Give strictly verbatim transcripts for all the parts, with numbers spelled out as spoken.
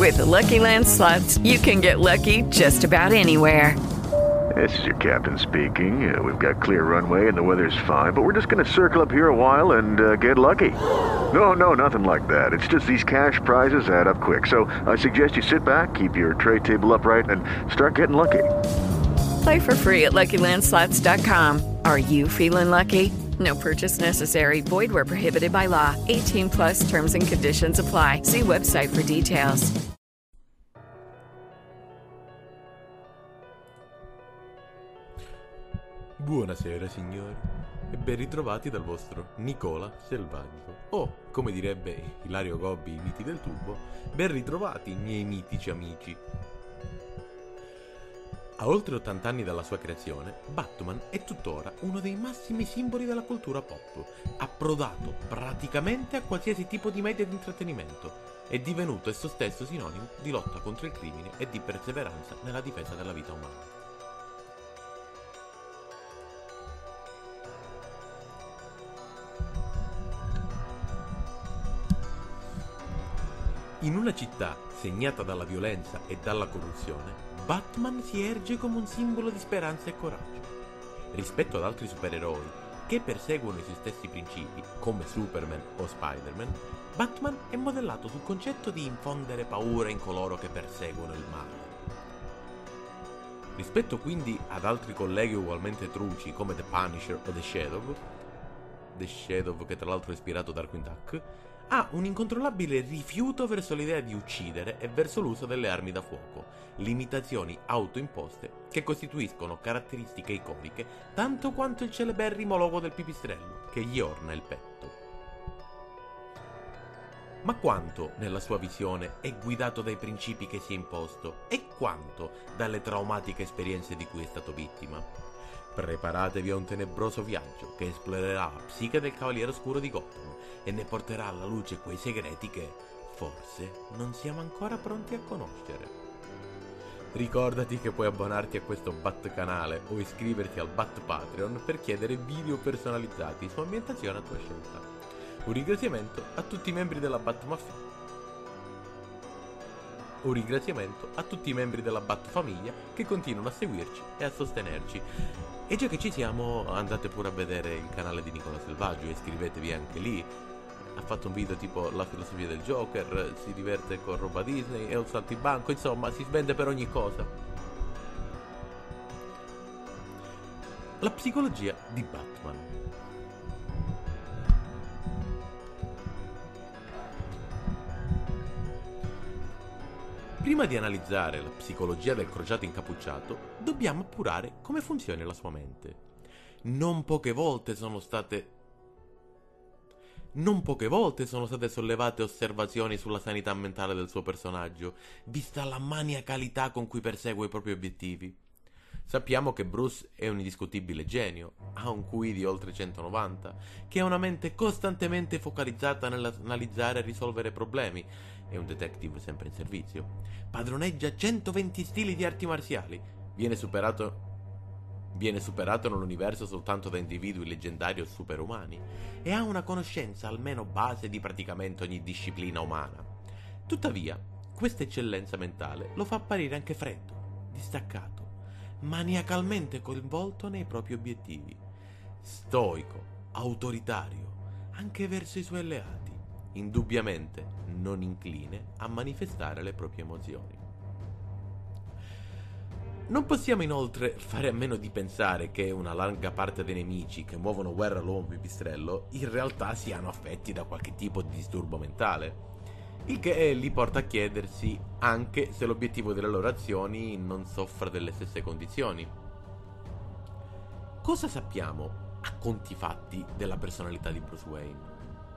With Lucky Land Slots, you can get lucky just about anywhere. This is your captain speaking. Uh, we've got clear runway and the weather's fine, but we're just going to circle up here a while and uh, get lucky. No, no, nothing like that. It's just these cash prizes add up quick. So I suggest you sit back, keep your tray table upright, and start getting lucky. Play for free at Lucky Land Slots dot com. Are you feeling lucky? No purchase necessary. Void where prohibited by law. eighteen plus terms and conditions apply. See website for details. Buonasera signori e ben ritrovati dal vostro Nicola Selvaggio, o come direbbe Ilario Gobbi, i miti del tubo, ben ritrovati miei mitici amici. A oltre ottanta anni dalla sua creazione, Batman è tuttora uno dei massimi simboli della cultura pop, approdato praticamente a qualsiasi tipo di media di intrattenimento, è divenuto esso stesso sinonimo di lotta contro il crimine e di perseveranza nella difesa della vita umana. In una città segnata dalla violenza e dalla corruzione, Batman si erge come un simbolo di speranza e coraggio. Rispetto ad altri supereroi che perseguono i suoi stessi principi, come Superman o Spider-Man, Batman è modellato sul concetto di infondere paura in coloro che perseguono il male. Rispetto quindi ad altri colleghi ugualmente truci come The Punisher o The Shadow, The Shadow che tra l'altro è ispirato da Darkwing Duck, ha un incontrollabile rifiuto verso l'idea di uccidere e verso l'uso delle armi da fuoco, limitazioni autoimposte che costituiscono caratteristiche iconiche tanto quanto il celeberrimo logo del pipistrello che gli orna il petto. Ma quanto, nella sua visione, è guidato dai principi che si è imposto e quanto dalle traumatiche esperienze di cui è stato vittima? Preparatevi a un tenebroso viaggio che esplorerà la psiche del Cavaliere Oscuro di Gotham e ne porterà alla luce quei segreti che, forse, non siamo ancora pronti a conoscere. Ricordati che puoi abbonarti a questo Bat canale o iscriverti al Bat Patreon per chiedere video personalizzati su ambientazione a tua scelta. Un ringraziamento a tutti i membri della Bat Mafia. Un ringraziamento a tutti i membri della Bat Famiglia che continuano a seguirci e a sostenerci. E già che ci siamo, andate pure a vedere il canale di Nicola Selvaggio e iscrivetevi anche lì. Ha fatto un video tipo la filosofia del Joker, si diverte con roba Disney, è un saltibanco, insomma si spende per ogni cosa. La psicologia di Batman. Prima di analizzare la psicologia del crociato incappucciato, dobbiamo appurare come funziona la sua mente. Non poche volte sono state Non poche volte sono state sollevate osservazioni sulla sanità mentale del suo personaggio, vista la maniacalità con cui persegue i propri obiettivi. Sappiamo che Bruce è un indiscutibile genio, ha un Q I di oltre centonovanta, che ha una mente costantemente focalizzata nell'analizzare e risolvere problemi, è un detective sempre in servizio, padroneggia centoventi stili di arti marziali, viene superato Viene superato nell'universo soltanto da individui leggendari o superumani e ha una conoscenza almeno base di praticamente ogni disciplina umana. Tuttavia, questa eccellenza mentale lo fa apparire anche freddo, distaccato, maniacalmente coinvolto nei propri obiettivi, stoico, autoritario, anche verso i suoi alleati, indubbiamente non incline a manifestare le proprie emozioni. Non possiamo inoltre fare a meno di pensare che una larga parte dei nemici che muovono guerra all'uomo pipistrello in realtà siano affetti da qualche tipo di disturbo mentale, il che li porta a chiedersi anche se l'obiettivo delle loro azioni non soffra delle stesse condizioni. Cosa sappiamo a conti fatti della personalità di Bruce Wayne?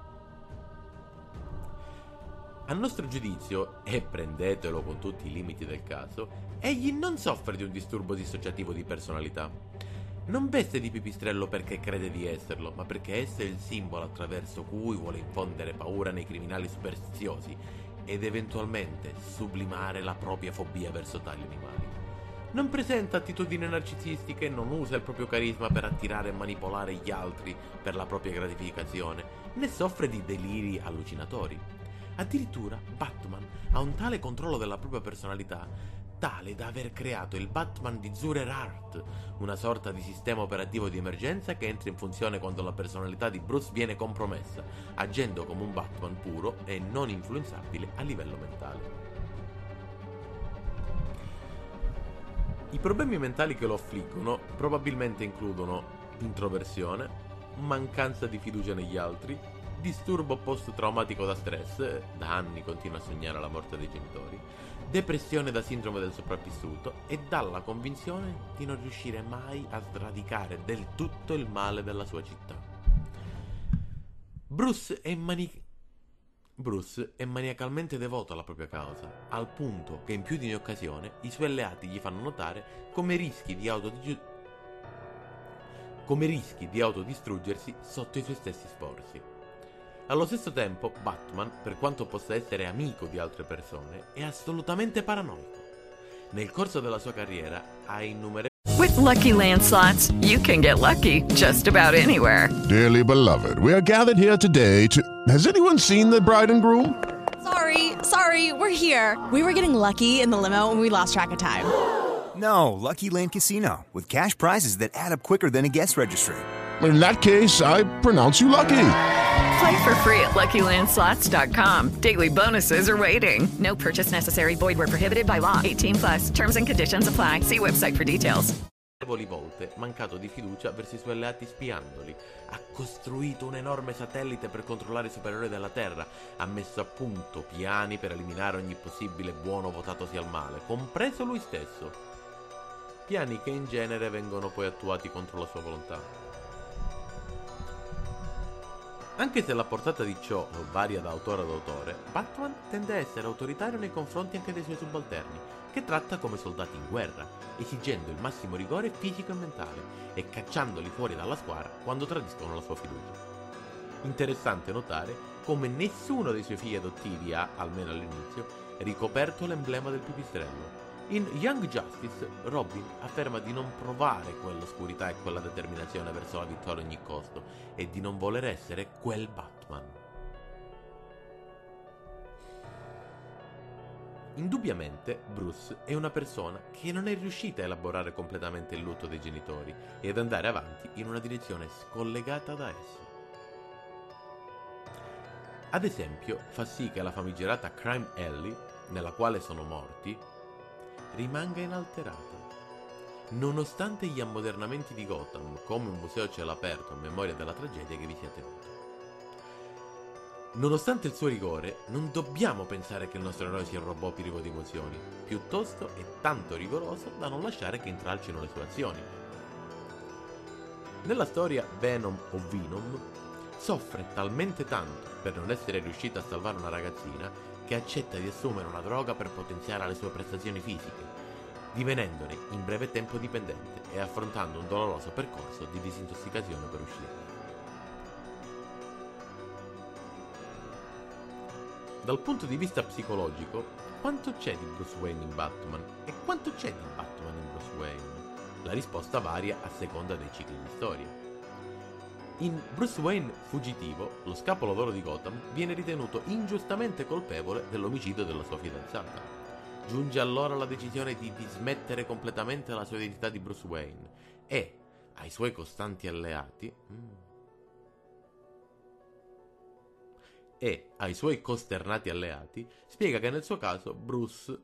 A nostro giudizio, e prendetelo con tutti i limiti del caso, egli non soffre di un disturbo dissociativo di personalità. Non veste di pipistrello perché crede di esserlo, ma perché esso è il simbolo attraverso cui vuole infondere paura nei criminali superstiziosi ed eventualmente sublimare la propria fobia verso tali animali. Non presenta attitudini narcisistiche e non usa il proprio carisma per attirare e manipolare gli altri per la propria gratificazione, né soffre di deliri allucinatori. Addirittura Batman ha un tale controllo della propria personalità, tale da aver creato il Batman di Zurerart, una sorta di sistema operativo di emergenza che entra in funzione quando la personalità di Bruce viene compromessa, agendo come un Batman puro e non influenzabile a livello mentale. I problemi mentali che lo affliggono probabilmente includono introversione, mancanza di fiducia negli altri, disturbo post-traumatico da stress, da anni continua a sognare la morte dei genitori, depressione da sindrome del sopravvissuto e dalla convinzione di non riuscire mai a sradicare del tutto il male della sua città. Bruce è mani... Bruce è maniacalmente devoto alla propria causa, al punto che in più di un'occasione i suoi alleati gli fanno notare come rischi di autodi... come rischi di autodistruggersi sotto i suoi stessi sforzi. Allo stesso tempo, Batman, per quanto possa essere amico di altre persone, è assolutamente paranoico. Nel corso della sua carriera ha innumerevoli... With Lucky Land Slots, you can get lucky just about anywhere. Dearly beloved, we are gathered here today to... Has anyone seen the bride and groom? Sorry, sorry, we're here. We were getting lucky in the limo and we lost track of time. No, Lucky Land Casino, with cash prizes that add up quicker than a guest registry. In that case, I pronounce you lucky. Play for free at Lucky Land Slots dot com. Daily bonuses are waiting. No purchase necessary. Void where prohibited by law. eighteen plus. Terms and conditions apply. See website for details. volte mancato di fiducia verso i suoi alleati spiandoli, ha costruito un enorme satellite per controllare i superiori della Terra, ha messo a punto piani per eliminare ogni possibile buono votatosi al male, compreso lui stesso. Piani che in genere vengono poi attuati contro la sua volontà. Anche se la portata di ciò varia da autore ad autore, Batman tende a essere autoritario nei confronti anche dei suoi subalterni, che tratta come soldati in guerra, esigendo il massimo rigore fisico e mentale e cacciandoli fuori dalla squadra quando tradiscono la sua fiducia. Interessante notare come nessuno dei suoi figli adottivi ha, almeno all'inizio, ricoperto l'emblema del pipistrello. In Young Justice, Robin afferma di non provare quell'oscurità e quella determinazione verso la vittoria a ogni costo e di non voler essere quel Batman. Indubbiamente, Bruce è una persona che non è riuscita a elaborare completamente il lutto dei genitori e ad andare avanti in una direzione scollegata da esso. Ad esempio, fa sì che la famigerata Crime Alley, nella quale sono morti, rimanga inalterata. Nonostante gli ammodernamenti di Gotham, come un museo a cielo aperto in memoria della tragedia che vi sia tenuto. Nonostante il suo rigore, non dobbiamo pensare che il nostro eroe sia un robot privo di emozioni, piuttosto è tanto rigoroso da non lasciare che intralcino le sue azioni. Nella storia Venom o Venom soffre talmente tanto per non essere riuscito a salvare una ragazzina che accetta di assumere una droga per potenziare le sue prestazioni fisiche, divenendone in breve tempo dipendente e affrontando un doloroso percorso di disintossicazione per uscire. Dal punto di vista psicologico, quanto c'è di Bruce Wayne in Batman e quanto c'è di Batman in Bruce Wayne? La risposta varia a seconda dei cicli di storia. In Bruce Wayne fuggitivo, lo scapolo di Gotham viene ritenuto ingiustamente colpevole dell'omicidio della sua fidanzata. Giunge allora la decisione di dismettere completamente la sua identità di Bruce Wayne e, ai suoi costanti alleati, mm, e ai suoi costernati alleati, spiega che nel suo caso Bruce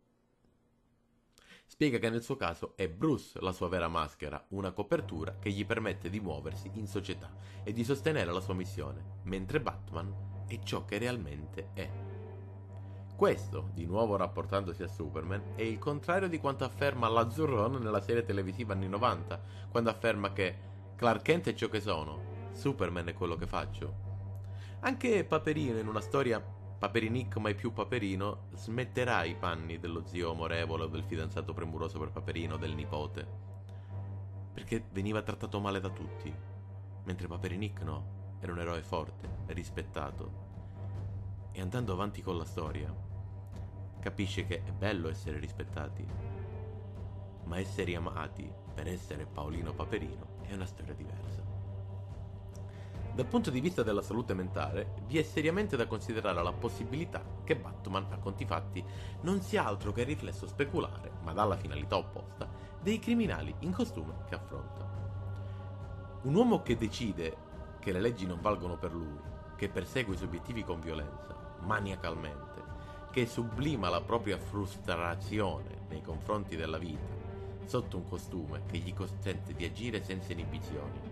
Spiega che nel suo caso è Bruce la sua vera maschera, una copertura che gli permette di muoversi in società e di sostenere la sua missione, mentre Batman è ciò che realmente è. Questo, di nuovo rapportandosi a Superman, è il contrario di quanto afferma l'Azzurron nella serie televisiva anni novanta, quando afferma che Clark Kent è ciò che sono, Superman è quello che faccio. Anche Paperino in una storia Paperinic mai più Paperino smetterà i panni dello zio amorevole o del fidanzato premuroso per Paperino o del nipote, perché veniva trattato male da tutti, mentre Paperinic no, era un eroe forte e rispettato. E andando avanti con la storia capisce che è bello essere rispettati, ma essere amati per essere Paolino Paperino è una storia diversa. Dal punto di vista della salute mentale, vi è seriamente da considerare la possibilità che Batman, a conti fatti, non sia altro che il riflesso speculare, ma dalla finalità opposta, dei criminali in costume che affronta. Un uomo che decide che le leggi non valgono per lui, che persegue i suoi obiettivi con violenza, maniacalmente, che sublima la propria frustrazione nei confronti della vita sotto un costume che gli consente di agire senza inibizioni.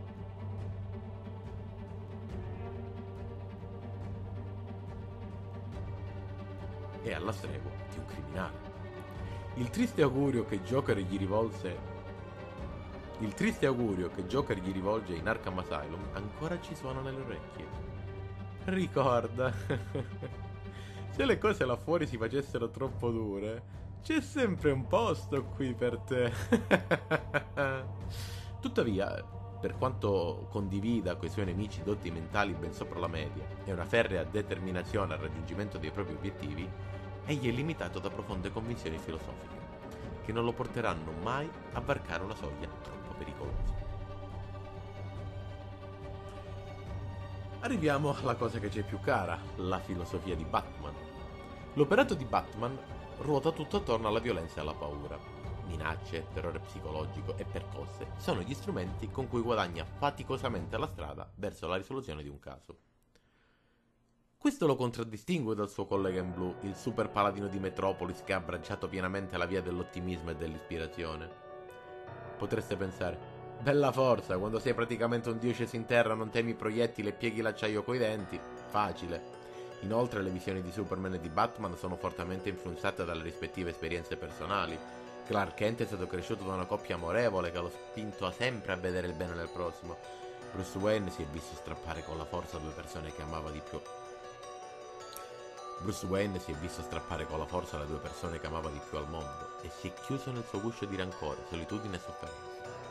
È alla stregua di un criminale. Il triste augurio che Joker gli rivolse Il triste augurio che Joker gli rivolge in Arkham Asylum ancora ci suona nelle orecchie. Ricorda, se le cose là fuori si facessero troppo dure, c'è sempre un posto qui per te. Tuttavia, per quanto condivida coi suoi nemici doti mentali ben sopra la media e una ferrea determinazione al raggiungimento dei propri obiettivi, egli è limitato da profonde convinzioni filosofiche, che non lo porteranno mai a varcare una soglia troppo pericolosa. Arriviamo alla cosa che ci è più cara, la filosofia di Batman. L'operato di Batman ruota tutto attorno alla violenza e alla paura. Minacce, terrore psicologico e percosse sono gli strumenti con cui guadagna faticosamente la strada verso la risoluzione di un caso. Questo lo contraddistingue dal suo collega in blu, il super paladino di Metropolis che ha abbracciato pienamente la via dell'ottimismo e dell'ispirazione. Potreste pensare, bella forza, quando sei praticamente un dio sceso in terra non temi proiettili e pieghi l'acciaio coi denti? Facile. Inoltre le visioni di Superman e di Batman sono fortemente influenzate dalle rispettive esperienze personali. Clark Kent è stato cresciuto da una coppia amorevole che lo spinto sempre a vedere il bene nel prossimo. Bruce Wayne si è visto strappare con la forza due persone che amava di più. Bruce Wayne si è visto strappare con la forza le due persone che amava di più al mondo e si è chiuso nel suo guscio di rancore, solitudine e sofferenza.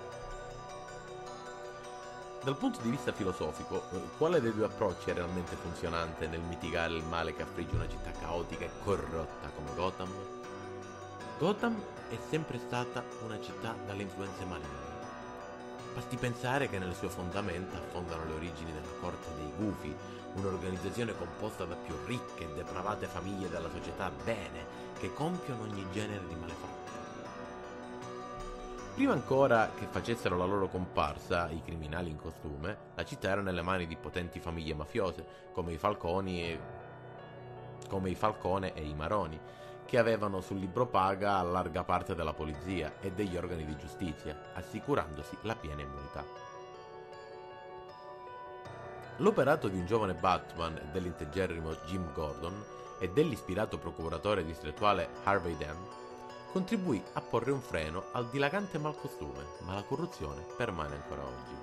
Dal punto di vista filosofico, quale dei due approcci è realmente funzionante nel mitigare il male che affligge una città caotica e corrotta come Gotham? Gotham è sempre stata una città dalle influenze maligne. Basti pensare che nelle sue fondamenta affondano le origini della Corte dei Gufi, un'organizzazione composta da più ricche e depravate famiglie della società bene, che compiono ogni genere di malefatte. Prima ancora che facessero la loro comparsa, i criminali in costume, la città era nelle mani di potenti famiglie mafiose, come i Falconi e... come i Falcone e i Maroni, che avevano sul libro paga larga parte della polizia e degli organi di giustizia, assicurandosi la piena immunità. L'operato di un giovane Batman e dell'integerrimo Jim Gordon e dell'ispirato procuratore distrettuale Harvey Dent contribuì a porre un freno al dilagante malcostume, ma la corruzione permane ancora oggi.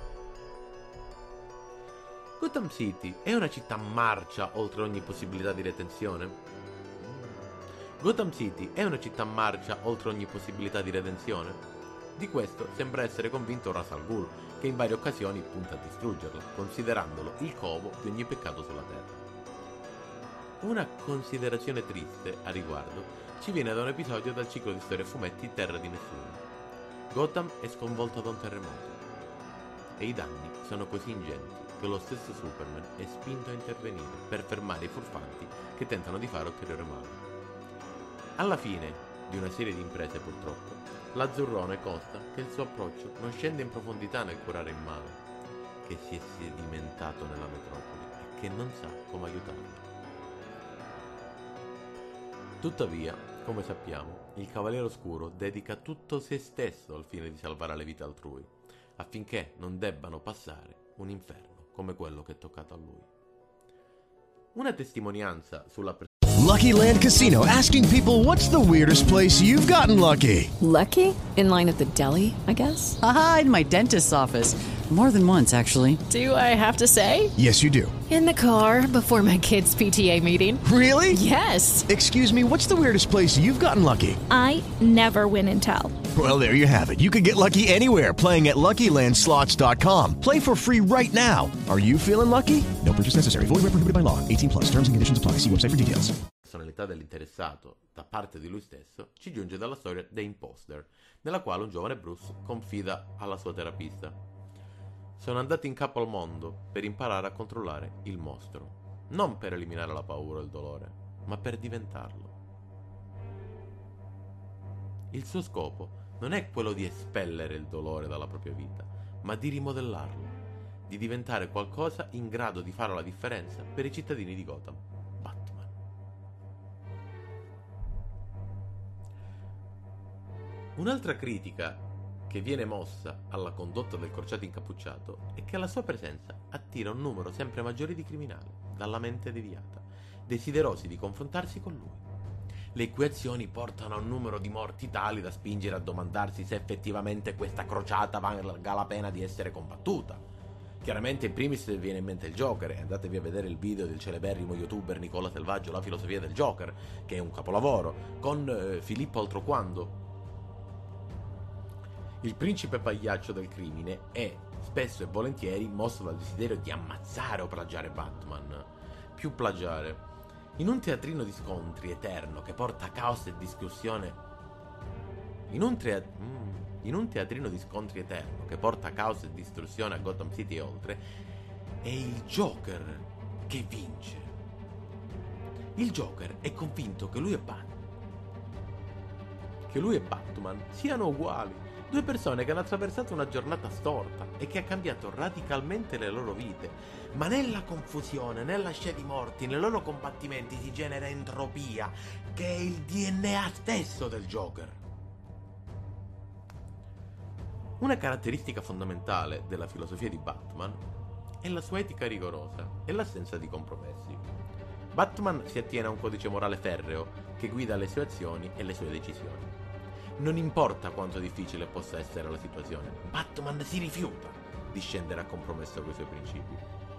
Gotham City è una città marcia oltre ogni possibilità di redenzione? Gotham City è una città marcia oltre ogni possibilità di redenzione? Di questo sembra essere convinto Ra's al Ghul, che in varie occasioni punta a distruggerla, considerandolo il covo di ogni peccato sulla terra. Una considerazione triste a riguardo ci viene da un episodio dal ciclo di storie a fumetti Terra di Nessuno. Gotham è sconvolta da un terremoto e i danni sono così ingenti che lo stesso Superman è spinto a intervenire per fermare i furfanti che tentano di fare ulteriore male. Alla fine di una serie di imprese, purtroppo, l'azzurrone consta che il suo approccio non scende in profondità nel curare il male che si è sedimentato nella metropoli e che non sa come aiutarlo. Tuttavia, come sappiamo, il Cavaliere Oscuro dedica tutto se stesso al fine di salvare le vite altrui, affinché non debbano passare un inferno come quello che è toccato a lui. Una testimonianza sulla presenza Lucky Land Casino, asking people, what's the weirdest place you've gotten lucky? Lucky? In line at the deli, I guess? Aha, in my dentist's office. More than once, actually. Do I have to say? Yes, you do. In the car before my kids' P T A meeting. Really? Yes. Excuse me, what's the weirdest place you've gotten lucky? I never win and tell. Well, there you have it. You can get lucky anywhere, playing at Lucky Land Slots dot com. Play for free right now. Are you feeling lucky? No purchase necessary. Void where prohibited by law. eighteen plus. Terms and conditions apply. See website for details. La personalità dell'interessato da parte di lui stesso ci giunge dalla storia The Imposter, nella quale un giovane Bruce confida alla sua terapista: sono andati in capo al mondo per imparare a controllare il mostro, non per eliminare la paura o il dolore, ma per diventarlo. Il suo scopo non è quello di espellere il dolore dalla propria vita, ma di rimodellarlo, di diventare qualcosa in grado di fare la differenza per i cittadini di Gotham. Batman. Un'altra critica che viene mossa alla condotta del crociato incappucciato è che la sua presenza attira un numero sempre maggiore di criminali, dalla mente deviata, desiderosi di confrontarsi con lui. Le cui azioni portano a un numero di morti tali da spingere a domandarsi se effettivamente questa crociata valga la pena di essere combattuta. Chiaramente in primis viene in mente il Joker, e andatevi a vedere il video del celeberrimo youtuber Nicola Selvaggio, La filosofia del Joker, che è un capolavoro, con eh, Filippo Altroquando. Il principe pagliaccio del crimine è spesso e volentieri mosso dal desiderio di ammazzare o plagiare Batman. Più plagiare. In un teatrino di scontri eterno che porta a caos e discussione. In un, trea... mm. In un teatrino di scontri eterno che porta a caos e distruzione a Gotham City e oltre, è il Joker che vince. Il Joker è convinto che lui e Batman che lui e Batman siano uguali. Due persone che hanno attraversato una giornata storta e che ha cambiato radicalmente le loro vite. Ma nella confusione, nella scia di morti, nei loro combattimenti si genera entropia, che è il D N A stesso del Joker. Una caratteristica fondamentale della filosofia di Batman è la sua etica rigorosa e l'assenza di compromessi. Batman si attiene a un codice morale ferreo che guida le sue azioni e le sue decisioni. Non importa quanto difficile possa essere la situazione, Batman si rifiuta di scendere a compromesso con i suoi principi.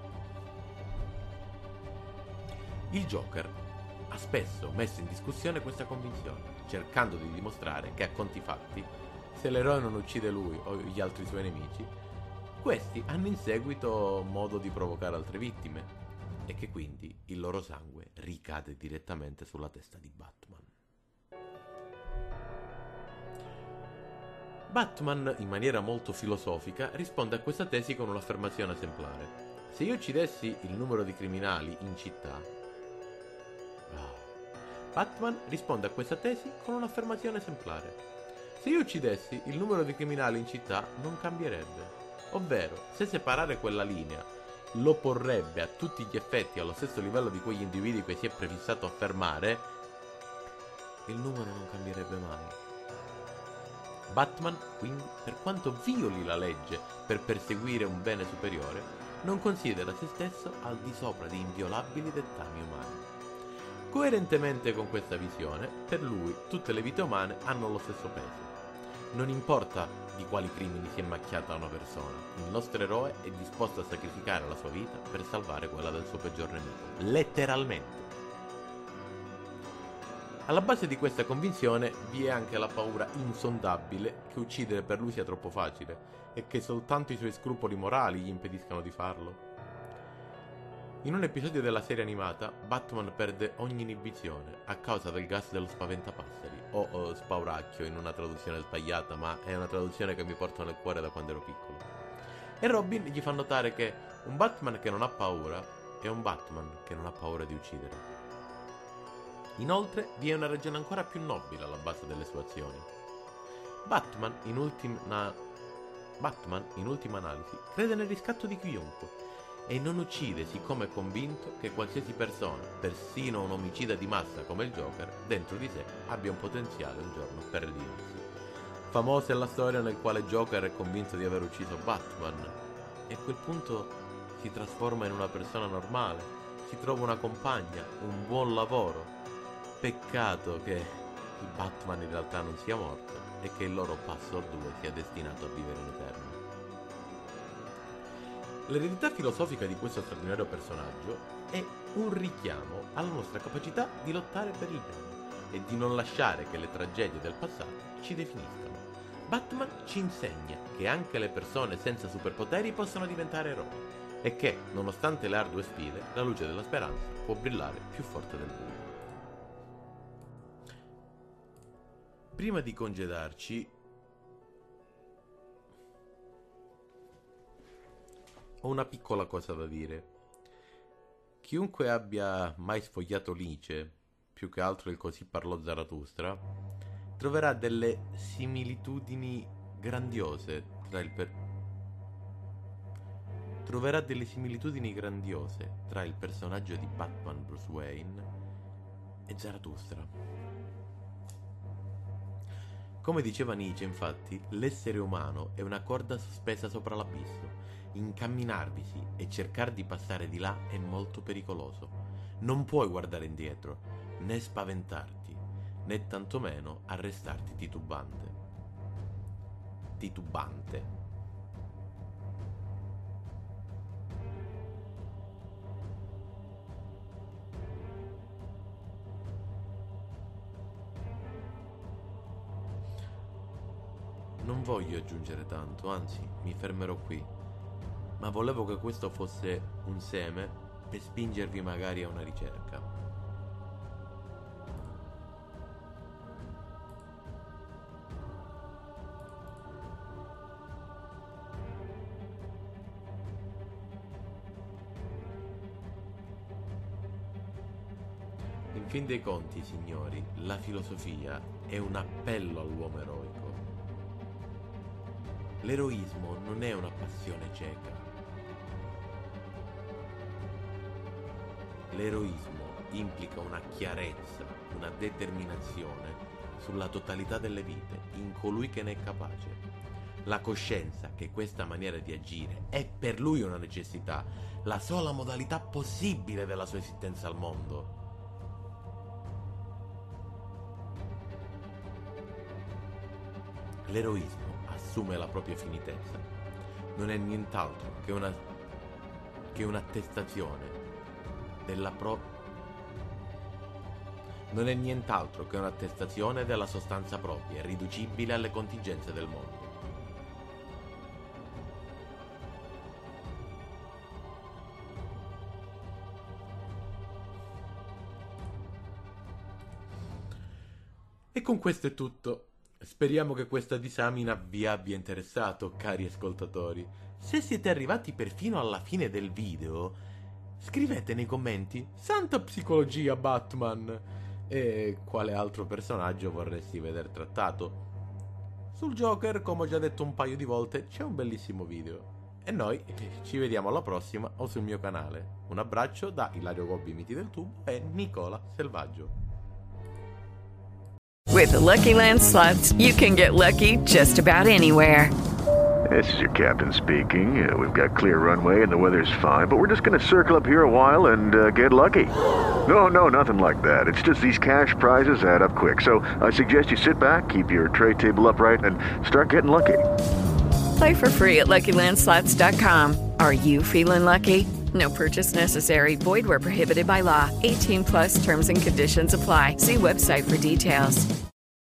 Il Joker ha spesso messo in discussione questa convinzione, cercando di dimostrare che a conti fatti, se l'eroe non uccide lui o gli altri suoi nemici, questi hanno in seguito modo di provocare altre vittime e che quindi il loro sangue ricade direttamente sulla testa di Batman. Batman, in maniera molto filosofica, risponde a questa tesi con un'affermazione esemplare. Se io uccidessi il numero di criminali in città... Oh. Batman risponde a questa tesi con un'affermazione esemplare. Se io uccidessi il numero di criminali in città non cambierebbe. Ovvero, se separare quella linea lo porrebbe a tutti gli effetti allo stesso livello di quegli individui che si è prefissato a fermare, il numero non cambierebbe mai. Batman, quindi, per quanto violi la legge per perseguire un bene superiore, non considera se stesso al di sopra di inviolabili dettami umani. Coerentemente con questa visione, per lui tutte le vite umane hanno lo stesso peso. Non importa di quali crimini si è macchiata una persona, il nostro eroe è disposto a sacrificare la sua vita per salvare quella del suo peggior nemico. Letteralmente. Alla base di questa convinzione vi è anche la paura insondabile che uccidere per lui sia troppo facile e che soltanto i suoi scrupoli morali gli impediscano di farlo. In un episodio della serie animata, Batman perde ogni inibizione a causa del gas dello spaventapasseri, o, o spauracchio in una traduzione sbagliata, ma è una traduzione che mi porto nel cuore da quando ero piccolo. E Robin gli fa notare che un Batman che non ha paura è un Batman che non ha paura di uccidere. Inoltre, vi è una ragione ancora più nobile alla base delle sue azioni. Batman, in ultima... Batman, in ultima analisi, crede nel riscatto di chiunque e non uccide siccome è convinto che qualsiasi persona, persino un omicida di massa come il Joker, dentro di sé abbia un potenziale un giorno per redimersi. Famosa è la storia nel quale Joker è convinto di aver ucciso Batman e a quel punto si trasforma in una persona normale, si trova una compagna, un buon lavoro. Peccato che il Batman in realtà non sia morto e che il loro Password due sia destinato a vivere in eterno. L'eredità filosofica di questo straordinario personaggio è un richiamo alla nostra capacità di lottare per il bene e di non lasciare che le tragedie del passato ci definiscano. Batman ci insegna che anche le persone senza superpoteri possono diventare eroi e che, nonostante le ardue sfide, la luce della speranza può brillare più forte del buio. Prima di congedarci, ho una piccola cosa da dire. Chiunque abbia mai sfogliato Nietzsche, più che altro il Così parlò Zarathustra, troverà delle similitudini grandiose tra il per... troverà delle similitudini grandiose tra il personaggio di Batman Bruce Wayne e Zarathustra. Come diceva Nietzsche, infatti, l'essere umano è una corda sospesa sopra l'abisso. Incamminarvisi e cercare di passare di là è molto pericoloso. Non puoi guardare indietro, né spaventarti, né tantomeno arrestarti titubante. Titubante. Non voglio aggiungere tanto, anzi, mi fermerò qui. Ma volevo che questo fosse un seme per spingervi magari a una ricerca. In fin dei conti, signori, la filosofia è un appello all'uomo eroico. L'eroismo non è una passione cieca. L'eroismo implica una chiarezza, una determinazione sulla totalità delle vite, in colui che ne è capace. La coscienza che questa maniera di agire è per lui una necessità, la sola modalità possibile della sua esistenza al mondo. L'eroismo assume la propria finitezza. Non è nient'altro che una che un'attestazione della pro non è nient'altro che un'attestazione della sostanza propria, riducibile alle contingenze del mondo. E con questo è tutto. Speriamo che questa disamina vi abbia interessato, cari ascoltatori. Se siete arrivati perfino alla fine del video, scrivete nei commenti Santa psicologia Batman e quale altro personaggio vorresti vedere trattato. Sul Joker, come ho già detto un paio di volte, c'è un bellissimo video. E noi ci vediamo alla prossima o sul mio canale. Un abbraccio da Ilario Gobbi Miti del Tubo e Nicola Selvaggio. With the Lucky Land Slots, you can get lucky just about anywhere. This is your captain speaking. Uh, we've got clear runway and the weather's fine, but we're just going to circle up here a while and uh, get lucky. No, no, nothing like that. It's just these cash prizes add up quick. So I suggest you sit back, keep your tray table upright, and start getting lucky. Play for free at Lucky Land Slots dot com. Are you feeling lucky? No purchase necessary. Void where prohibited by law. eighteen plus terms and conditions apply. See website for details.